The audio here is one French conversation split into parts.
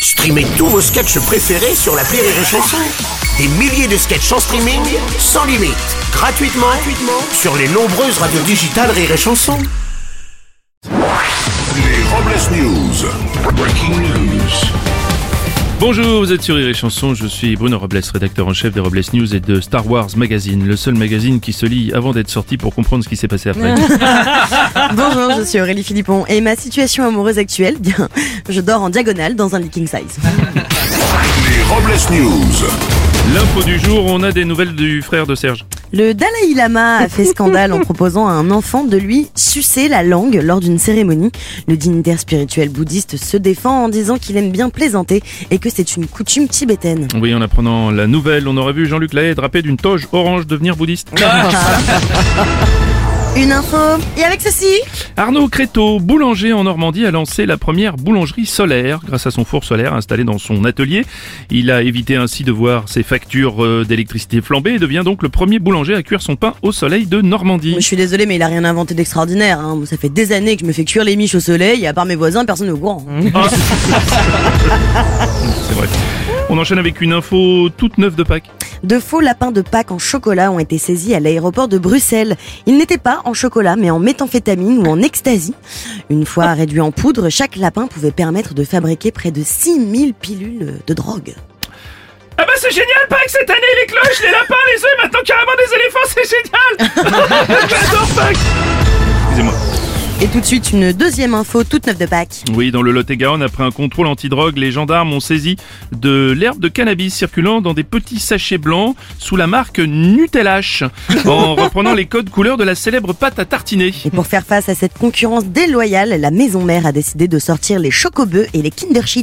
Streamez tous vos sketchs préférés sur l'appli Rire et Chanson. Des milliers de sketchs en streaming, sans limite, gratuitement sur les nombreuses radios digitales Rire et Chanson. Les Robles News. Breaking news. Bonjour, vous êtes sur Rire et Chanson, je suis Bruno Robles, rédacteur en chef des Robles News et de Star Wars Magazine, le seul magazine qui se lit avant d'être sorti pour comprendre ce qui s'est passé après. Bonjour, je suis Aurélie Philippon et ma situation amoureuse actuelle, bien, je dors en diagonale dans un king size. Les Robles News. L'info du jour, on a des nouvelles du frère de Serge. Le Dalai Lama a fait scandale en proposant à un enfant de lui sucer la langue lors d'une cérémonie. Le dignitaire spirituel bouddhiste se défend en disant qu'il aime bien plaisanter et que c'est une coutume tibétaine. Oui, en apprenant la nouvelle, on aurait vu Jean-Luc Lahaye drapé d'une toge orange devenir bouddhiste. Une info, et avec ceci, Arnaud Créteau, boulanger en Normandie, a lancé la première boulangerie solaire grâce à son four solaire installé dans son atelier. Il a évité ainsi de voir ses factures d'électricité flamber et devient donc le premier boulanger à cuire son pain au soleil de Normandie. je suis désolée mais il a rien inventé d'extraordinaire, hein. Ça fait des années que je me fais cuire les miches au soleil et à part mes voisins, personne n'est au courant. C'est vrai. On enchaîne avec une info toute neuve de Pâques. De faux lapins de Pâques en chocolat ont été saisis à l'aéroport de Bruxelles. Ils n'étaient pas en chocolat, mais en méthamphétamine ou en ecstasy. Une fois réduit en poudre, chaque lapin pouvait permettre de fabriquer près de 6000 pilules de drogue. Ah bah c'est génial Pâques cette année, les cloches, les lapins, les œufs, maintenant carrément des éléphants, c'est génial. J'adore Pâques. Excusez-moi. Et tout de suite, une deuxième info toute neuve de Pâques. Oui, dans le Lot-et-Garonne, après un contrôle antidrogue, les gendarmes ont saisi de l'herbe de cannabis circulant dans des petits sachets blancs sous la marque Nutellache, en reprenant les codes couleurs de la célèbre pâte à tartiner. Et pour faire face à cette concurrence déloyale, la maison mère a décidé de sortir les Chocobeux et les Kindershit.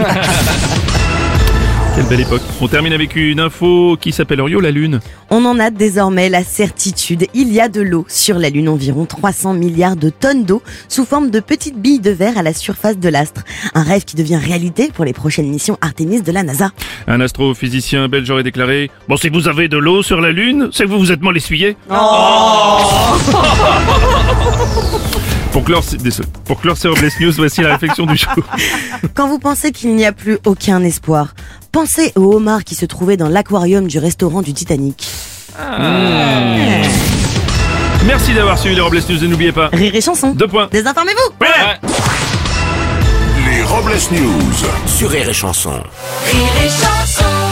Quelle belle époque. On termine avec une info qui s'appelle Rio la Lune. On en a désormais la certitude. Il y a de l'eau sur la Lune, environ 300 milliards de tonnes d'eau sous forme de petites billes de verre à la surface de l'astre. Un rêve qui devient réalité pour les prochaines missions Artemis de la NASA. Un astrophysicien belge aurait déclaré « Bon, si vous avez de l'eau sur la Lune, c'est que vous vous êtes mal essuyé. » Pour clore ces Robles News, voici la réflexion du jour. Quand vous pensez qu'il n'y a plus aucun espoir, pensez au homard qui se trouvait dans l'aquarium du restaurant du Titanic. Merci d'avoir suivi les Robles News et n'oubliez pas... Rire et Chanson. 2 points. Désinformez-vous. Ouais. Les Robles News. Sur Rire et Chanson. Rire et Chanson.